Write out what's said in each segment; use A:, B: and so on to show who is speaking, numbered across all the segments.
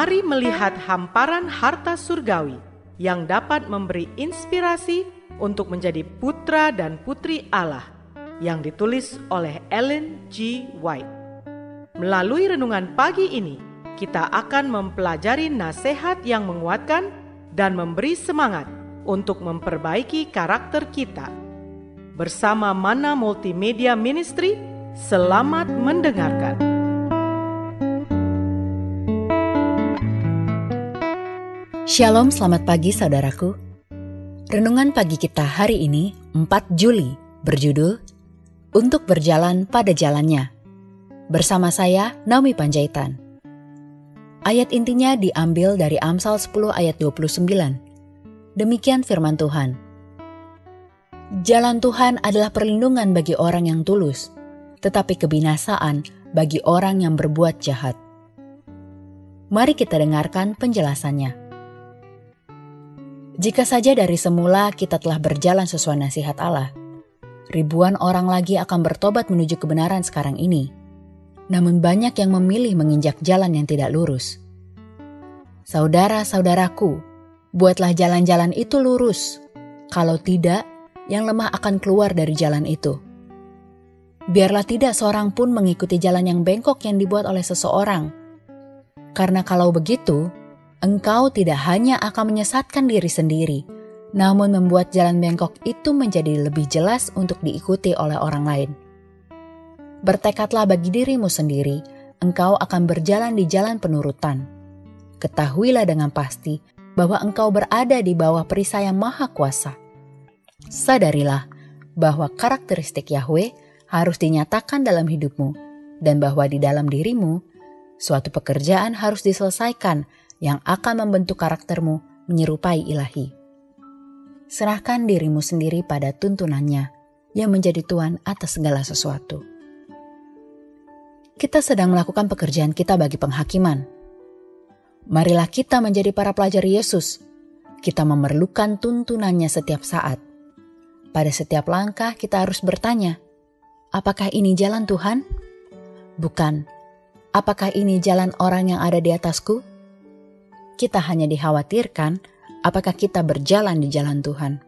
A: Mari melihat hamparan harta surgawi yang dapat memberi inspirasi untuk menjadi putra dan putri Allah, yang ditulis oleh Ellen G. White. Melalui renungan pagi ini, kita akan mempelajari nasihat yang menguatkan dan memberi semangat untuk memperbaiki karakter kita. Bersama Mana Multimedia Ministry, selamat mendengarkan.
B: Shalom, selamat pagi saudaraku. Renungan pagi kita hari ini 4 Juli berjudul Untuk Berjalan Pada Jalannya. Bersama saya Naomi Panjaitan. Ayat intinya diambil dari Amsal 10 ayat 29. Demikian firman Tuhan. Jalan Tuhan adalah perlindungan bagi orang yang tulus, tetapi kebinasaan bagi orang yang berbuat jahat. Mari kita dengarkan penjelasannya. Jika saja dari semula kita telah berjalan sesuai nasihat Allah, ribuan orang lagi akan bertobat menuju kebenaran sekarang ini. Namun banyak yang memilih menginjak jalan yang tidak lurus. Saudara-saudaraku, buatlah jalan-jalan itu lurus. Kalau tidak, yang lemah akan keluar dari jalan itu. Biarlah tidak seorang pun mengikuti jalan yang bengkok yang dibuat oleh seseorang. Karena kalau begitu, engkau tidak hanya akan menyesatkan diri sendiri, namun membuat jalan bengkok itu menjadi lebih jelas untuk diikuti oleh orang lain. Bertekadlah bagi dirimu sendiri, engkau akan berjalan di jalan penurutan. Ketahuilah dengan pasti bahwa engkau berada di bawah perisai yang maha kuasa. Sadarilah bahwa karakteristik Yahweh harus dinyatakan dalam hidupmu, dan bahwa di dalam dirimu, suatu pekerjaan harus diselesaikan yang akan membentuk karaktermu menyerupai ilahi. Serahkan dirimu sendiri pada tuntunannya yang menjadi Tuhan atas segala sesuatu. Kita sedang melakukan pekerjaan kita bagi penghakiman. Marilah kita menjadi para pelajar Yesus. Kita memerlukan tuntunannya setiap saat. Pada setiap langkah kita harus bertanya, apakah ini jalan Tuhan? Bukan, apakah ini jalan orang yang ada di atasku? Kita hanya dikhawatirkan apakah kita berjalan di jalan Tuhan.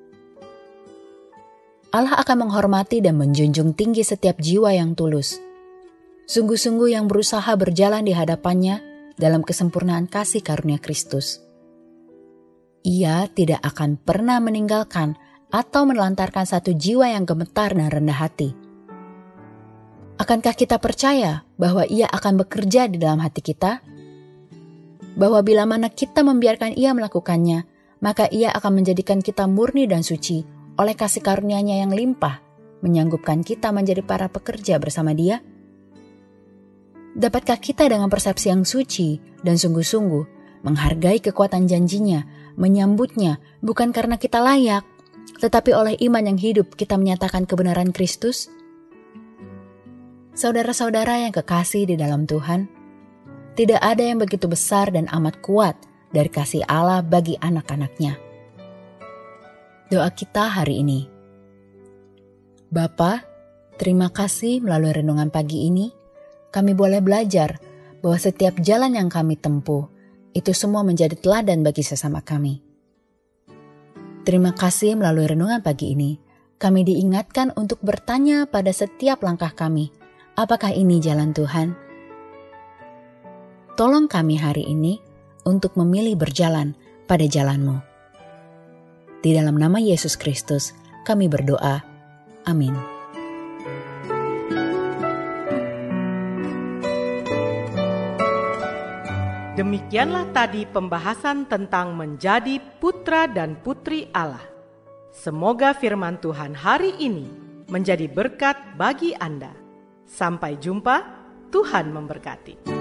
B: Allah akan menghormati dan menjunjung tinggi setiap jiwa yang tulus. Sungguh-sungguh yang berusaha berjalan di hadapannya dalam kesempurnaan kasih karunia Kristus. Ia tidak akan pernah meninggalkan atau menelantarkan satu jiwa yang gemetar dan rendah hati. Akankah kita percaya bahwa Ia akan bekerja di dalam hati kita? Bahwa bila mana kita membiarkan Ia melakukannya, maka Ia akan menjadikan kita murni dan suci oleh kasih karunia-Nya yang limpah, menyanggupkan kita menjadi para pekerja bersama Dia? Dapatkah kita dengan persepsi yang suci dan sungguh-sungguh menghargai kekuatan janji-Nya, menyambutnya bukan karena kita layak, tetapi oleh iman yang hidup kita menyatakan kebenaran Kristus? Saudara-saudara yang kekasih di dalam Tuhan, tidak ada yang begitu besar dan amat kuat dari kasih Allah bagi anak-anak-Nya. Doa kita hari ini. Bapa, terima kasih melalui renungan pagi ini, kami boleh belajar bahwa setiap jalan yang kami tempuh, itu semua menjadi teladan bagi sesama kami. Terima kasih melalui renungan pagi ini, kami diingatkan untuk bertanya pada setiap langkah kami, apakah ini jalan Tuhan? Tolong kami hari ini untuk memilih berjalan pada jalan-Mu. Di dalam nama Yesus Kristus, kami berdoa. Amin.
A: Demikianlah tadi pembahasan tentang menjadi putra dan putri Allah. Semoga firman Tuhan hari ini menjadi berkat bagi Anda. Sampai jumpa, Tuhan memberkati.